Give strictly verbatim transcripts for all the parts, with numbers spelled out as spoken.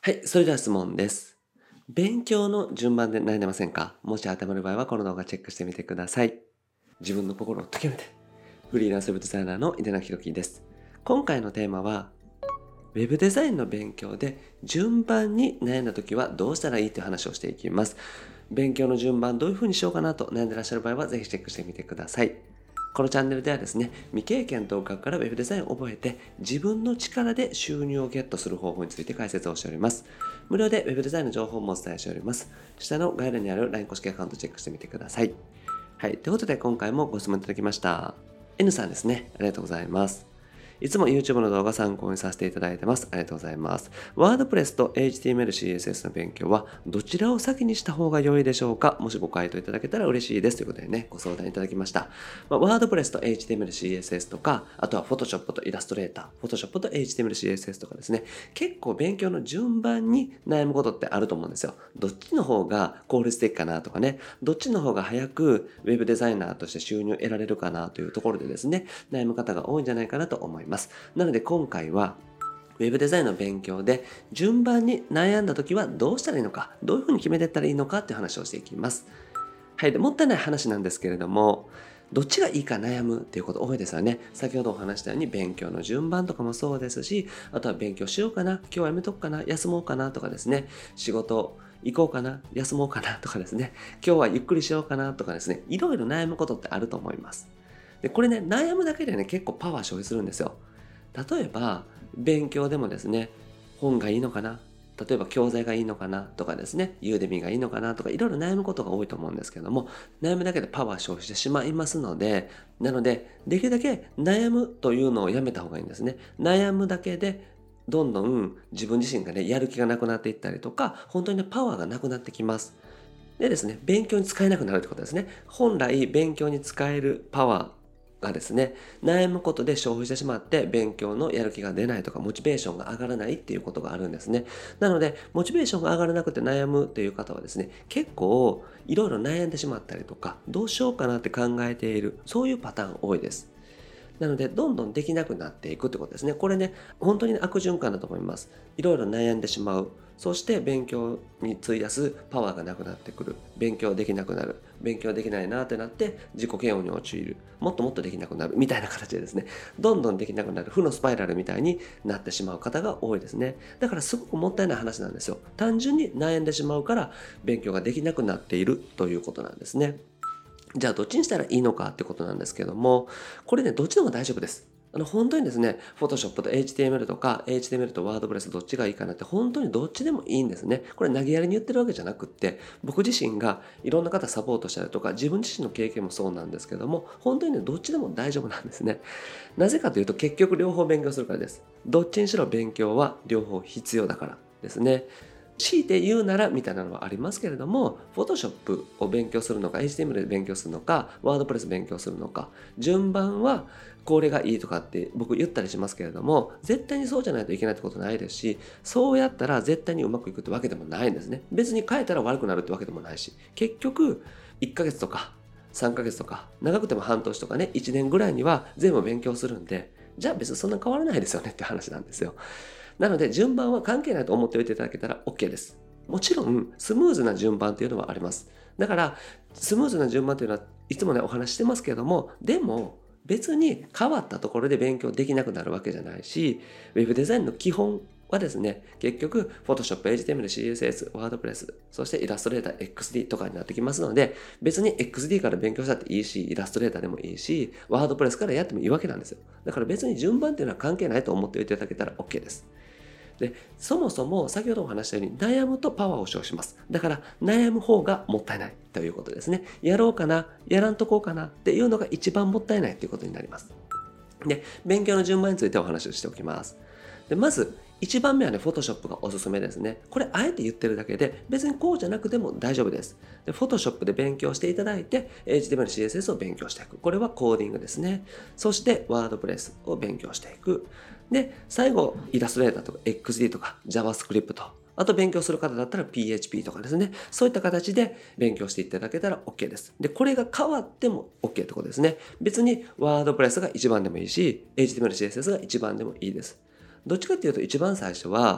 はい、それでは質問です。勉強の順番で悩んでませんか？もし当てはまる場合はこの動画チェックしてみてください。自分の心を解きめて。フリーランスウェブデザイナーの井手中宏樹です。今回のテーマは、ウェブデザインの勉強で順番に悩んだ時はどうしたらいいという話をしていきます。勉強の順番どういう風にしようかなと悩んでらっしゃる場合はぜひチェックしてみてください。このチャンネルではですね、未経験同格からウェブデザインを覚えて自分の力で収入をゲットする方法について解説をしております。無料でウェブデザインの情報もお伝えしております。下の概要欄にある ライン 公式アカウントチェックしてみてください。はい、ということで今回もご質問いただきました。N さんですね、ありがとうございます。いつも YouTube の動画参考にさせていただいてます。ありがとうございます。ワードプレスと エイチティーエムエル、シーエスエス の勉強はどちらを先にした方が良いでしょうか？もしご回答いただけたら嬉しいです。ということでね、ご相談いただきました。まあ、ワードプレスと エイチティーエムエル、シーエスエス とか、あとは Photoshop とイラストレーター、Photoshop と エイチティーエムエル、シーエスエス とかですね、結構勉強の順番に悩むことってあると思うんですよ。どっちの方が効率的かなとかね、どっちの方が早くウェブデザイナーとして収入を得られるかなというところでですね、悩む方が多いんじゃないかなと思います。なので今回はウェブデザインの勉強で順番に悩んだ時はどうしたらいいのか、どういうふうに決めていったらいいのかっていう話をしていきます。はい、でもったいない話なんですけれども、どっちがいいか悩むっていうこと多いですよね。先ほどお話したように勉強の順番とかもそうですし、あとは勉強しようかな、今日はやめとくかな、休もうかなとかですね、仕事行こうかな、休もうかなとかですね、今日はゆっくりしようかなとかですね、いろいろ悩むことってあると思います。で、これね、悩むだけでね、結構パワー消費するんですよ。例えば勉強でもですね、本がいいのかな、例えば教材がいいのかなとかですね、ユーデミがいいのかなとかいろいろ悩むことが多いと思うんですけども、悩むだけでパワー消費してしまいますので、なのでできるだけ悩むというのをやめた方がいいんですね。悩むだけでどんどん自分自身がね、やる気がなくなっていったりとか、本当にね、パワーがなくなってきます。でですね、勉強に使えなくなるってことですね。本来勉強に使えるパワーがですね、悩むことで消費してしまって勉強のやる気が出ないとかモチベーションが上がらないっていうことがあるんですね。なのでモチベーションが上がらなくて悩むっていう方はですね、結構いろいろ悩んでしまったりとか、どうしようかなって考えている、そういうパターン多いです。なのでどんどんできなくなっていくってことですね。これね、本当に悪循環だと思います。いろいろ悩んでしまう。そして勉強に費やすパワーがなくなってくる。勉強できなくなる。勉強できないなってなって自己嫌悪に陥る。もっともっとできなくなるみたいな形でですね、どんどんできなくなる負のスパイラルみたいになってしまう方が多いですね。だからすごくもったいない話なんですよ。単純に悩んでしまうから勉強ができなくなっているということなんですね。じゃあどっちにしたらいいのかってことなんですけども、これね、どっちでも大丈夫です。あの本当にですね、Photoshop と エイチティーエムエル とか エイチティーエムエル と WordPress どっちがいいかなって本当にどっちでもいいんですね。これ投げやりに言ってるわけじゃなくって、僕自身がいろんな方サポートしたりとか、自分自身の経験もそうなんですけども、本当にね、どっちでも大丈夫なんですね。なぜかというと結局両方勉強するからです。どっちにしろ勉強は両方必要だからですね。強いて言うならみたいなのはありますけれども、Photoshop を勉強するのか、エイチティーエムエル で勉強するのか、WordPress 勉強するのか、順番はこれがいいとかって僕言ったりしますけれども、絶対にそうじゃないといけないってことないですし、そうやったら絶対にうまくいくってわけでもないんですね。別に変えたら悪くなるってわけでもないし、結局いっかげつとかさんかげつとか、長くても半年とかね、いちねんぐらいには全部勉強するんで、じゃあ別にそんな変わらないですよねって話なんですよ。なので順番は関係ないと思っておいていただけたら OK です。もちろんスムーズな順番というのはあります。だからスムーズな順番というのはいつもねお話してますけども、でも別に変わったところで勉強できなくなるわけじゃないし、ウェブデザインの基本はですね、結局 Photoshop、エイチティーエムエル、シーエスエス、WordPress、そしてイラストレーター、エックスディー とかになってきますので、別に エックスディー から勉強したっていいし、イラストレーターでもいいし、WordPress からやってもいいわけなんですよ。だから別に順番っていうのは関係ないと思っておいていただけたら OK です。で、そもそも先ほどお話したように悩むとパワーを消費します。だから悩む方がもったいないということですね。やろうかな、やらんとこうかなっていうのが一番もったいないということになります。で、勉強の順番についてお話をしておきます。で、まずいちばんめはね、Photoshop がおすすめですね。これあえて言ってるだけで別にこうじゃなくても大丈夫です。で、Photoshop で勉強していただいて エイチティーエムエル、シーエスエス を勉強していく。これはコーディングですね。そして WordPress を勉強していく。で、最後イラストレーターとか エックスディー とか JavaScript、あと勉強する方だったら ピーエイチピー とかですね。そういった形で勉強していただけたら OK です。で、これが変わっても OK ってことですね。別に WordPress がいちばんでもいいし、エイチティーエムエル、シーエスエス がいちばんでもいいです。どっちかっていうと一番最初は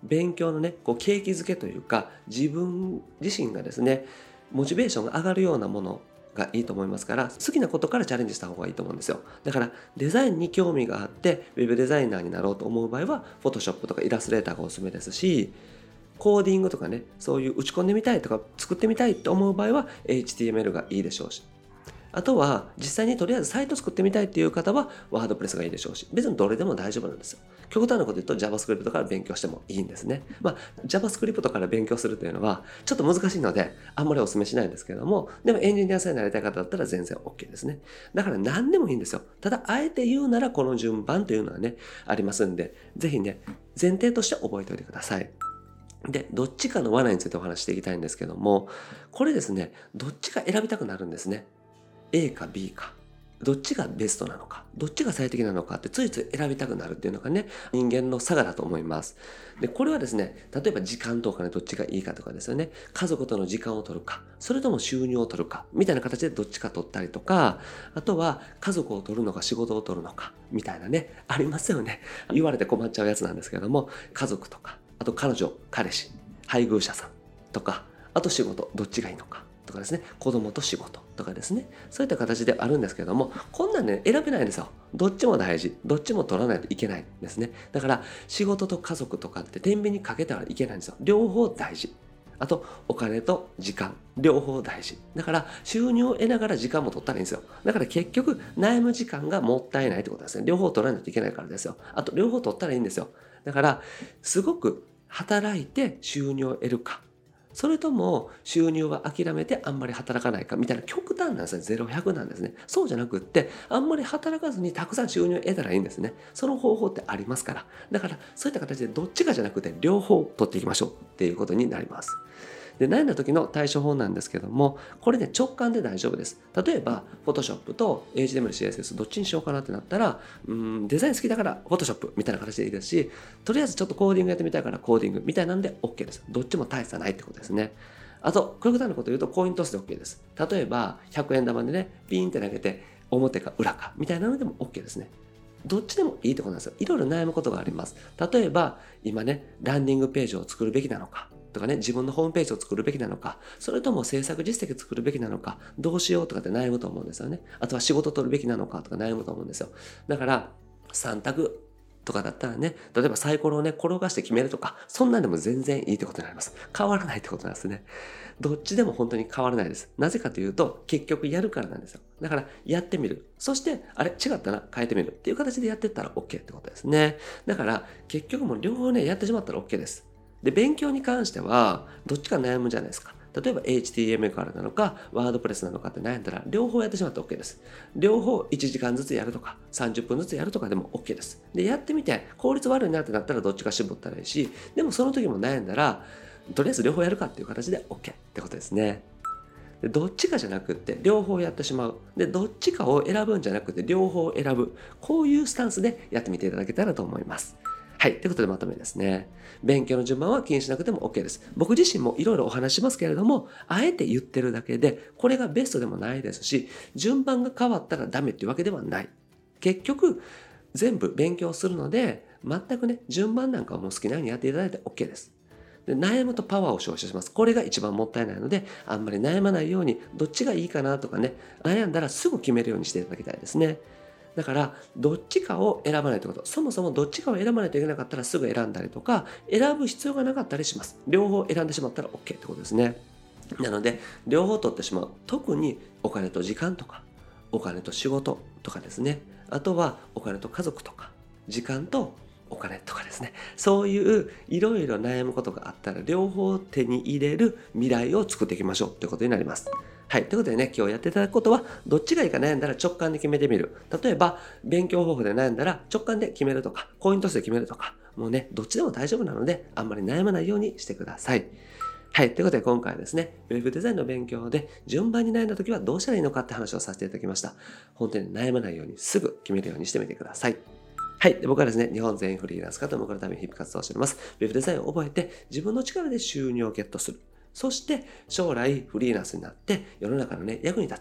勉強のね、こう景気づけというか、自分自身がですね、モチベーションが上がるようなものがいいと思いますから、好きなことからチャレンジした方がいいと思うんですよ。だからデザインに興味があってウェブデザイナーになろうと思う場合は Photoshop とかイラストレーターがおすすめですし、コーディングとかね、そういう打ち込んでみたいとか作ってみたいと思う場合は エイチティーエムエル がいいでしょうし、あとは実際にとりあえずサイト作ってみたいっていう方は WordPress がいいでしょうし、別にどれでも大丈夫なんですよ。極端なこと言うと JavaScript から勉強してもいいんですね。まあ JavaScript から勉強するというのはちょっと難しいのであんまりお勧めしないんですけれども、でもエンジニアさんになりたい方だったら全然 OK ですね。だから何でもいいんですよ。ただあえて言うならこの順番というのはねありますんで、ぜひね前提として覚えておいてください。で、どっちかの罠についてお話していきたいんですけども、これですね、どっちか選びたくなるんですね。A か B か。どっちがベストなのか、どっちが最適なのかってついつい選びたくなるっていうのがね、人間の差がだと思います。で、これはですね、例えば時間とかね、どっちがいいかとかですよね、家族との時間を取るか、それとも収入を取るか、みたいな形でどっちか取ったりとか、あとは家族を取るのか仕事を取るのか、みたいなね、ありますよね。言われて困っちゃうやつなんですけども、家族とか、あと彼女、彼氏、配偶者さんとか、あと仕事、どっちがいいのか。とかですね、子供と仕事とかですね、そういった形であるんですけども、こんなんね、選べないんですよ。どっちも大事。どっちも取らないといけないんですね。だから、仕事と家族とかって天秤にかけたらいけないんですよ。両方大事。あと、お金と時間。両方大事。だから、収入を得ながら時間も取ったらいいんですよ。だから結局、悩む時間がもったいないってことですね。両方取らないといけないからですよ。あと、両方取ったらいいんですよ。だから、すごく働いて収入を得るか。それとも収入は諦めてあんまり働かないかみたいな極端なんですね。ゼロ、ひゃくなんですね。そうじゃなくって、あんまり働かずにたくさん収入を得たらいいんですね。その方法ってありますから。だからそういった形でどっちかじゃなくて両方取っていきましょうっていうことになります。で、悩んだ時の対処法なんですけども、これね、直感で大丈夫です。例えば、Photoshop と エイチティーエムエル、シーエスエス どっちにしようかなってなったら、うーん、デザイン好きだから Photoshop みたいな形でいいですし、とりあえずちょっとコーディングやってみたいからコーディングみたいなんで OK です。どっちも大差ないってことですね。あと、極端なこと言うとコイントスで OK です。例えば、ひゃくえん玉でね、ピーンって投げて、表か裏かみたいなのでも OK ですね。どっちでもいいってことなんですよ。いろいろ悩むことがあります。例えば、今ね、ランディングページを作るべきなのか。とかね、自分のホームページを作るべきなのか、それとも制作実績作るべきなのか、どうしようとかって悩むと思うんですよね。あとは仕事取るべきなのかとか悩むと思うんですよ。だから、さん択とかだったらね、例えばサイコロをね、転がして決めるとか、そんなんでも全然いいってことになります。変わらないってことなんですね。どっちでも本当に変わらないです。なぜかというと、結局やるからなんですよ。だから、やってみる。そして、あれ違ったな、変えてみるっていう形でやっていったら OK ってことですね。だから、結局もう両方ね、やってしまったら OK です。で、勉強に関しては、どっちか悩むじゃないですか。例えば エイチティーエムエル からなのか、ワードプレスなのかって悩んだら、両方やってしまって OK です。両方いちじかんずつやるとか、さんじゅっぷんずつやるとかでも OK です。で、やってみて、効率悪いなってなったらどっちか絞ったらいいし、でもその時も悩んだら、とりあえず両方やるかっていう形で OK ってことですね。で、どっちかじゃなくって、両方やってしまう。で、どっちかを選ぶんじゃなくて、両方選ぶ。こういうスタンスでやってみていただけたらと思います。はい。ということでまとめですね。勉強の順番は気にしなくても OK です。僕自身もいろいろお話しますけれども、あえて言ってるだけで、これがベストでもないですし、順番が変わったらダメっていうわけではない。結局、全部勉強するので、全くね、順番なんかはもう好きなようにやっていただいて OK です。で、悩むとパワーを消費します。これが一番もったいないので、あんまり悩まないように、どっちがいいかなとかね、悩んだらすぐ決めるようにしていただきたいですね。だから、どっちかを選ばないということ。そもそもどっちかを選ばないといけなかったらすぐ選んだりとか、選ぶ必要がなかったりします。両方選んでしまったら OK ってことですね。なので、両方取ってしまう。特にお金と時間とか、お金と仕事とかですね。あとはお金と家族とか、時間とお金とかですね。そういういろいろ悩むことがあったら両方手に入れる未来を作っていきましょうということになります。はい。ということでね、今日やっていただくことは、どっちがいいか悩んだら直感で決めてみる。例えば、勉強方法で悩んだら直感で決めるとか、コイントスで決めるとか、もうね、どっちでも大丈夫なので、あんまり悩まないようにしてください。はい。ということで今回はですね、ウェブデザインの勉強で順番に悩んだ時はどうしたらいいのかって話をさせていただきました。本当に悩まないようにすぐ決めるようにしてみてください。はい。で、僕はですね、日本全員フリーランス方向のために日々活動しております。ウェブデザインを覚えて自分の力で収入をゲットする。そして将来フリーランスになって世の中のね、役に立つ。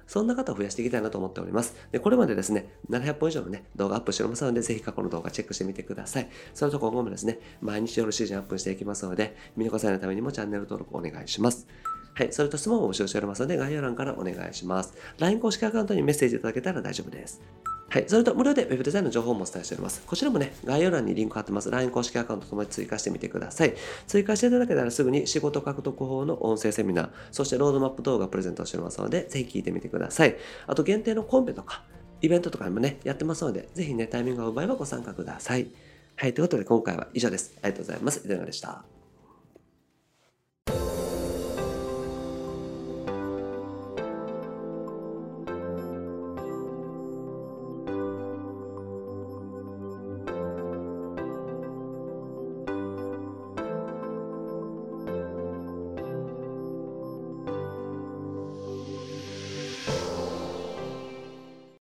そんな方を増やしていきたいなと思っております。で、これまでですね、ななひゃっぽん以上のね、動画アップしておりますので、ぜひ過去の動画チェックしてみてください。それと今後もですね、毎日夜しちじにアップしていきますので、見逃さないためにもチャンネル登録お願いします。はい、それと質問を募集しておりますので、概要欄からお願いします。ライン 公式アカウントにメッセージいただけたら大丈夫です。はい、それと無料で Web デザインの情報もお伝えしております。こちらもね、概要欄にリンク貼ってます。ライン 公式アカウントともに追加してみてください。追加していただけたらすぐに仕事獲得法の音声セミナー、そしてロードマップ動画プレゼントしておりますので、ぜひ聞いてみてください。あと限定のコンペとか、イベントとかもね、やってますので、ぜひね、タイミングが合う場合はご参加ください。はい、ということで今回は以上です。ありがとうございます。いでなでした。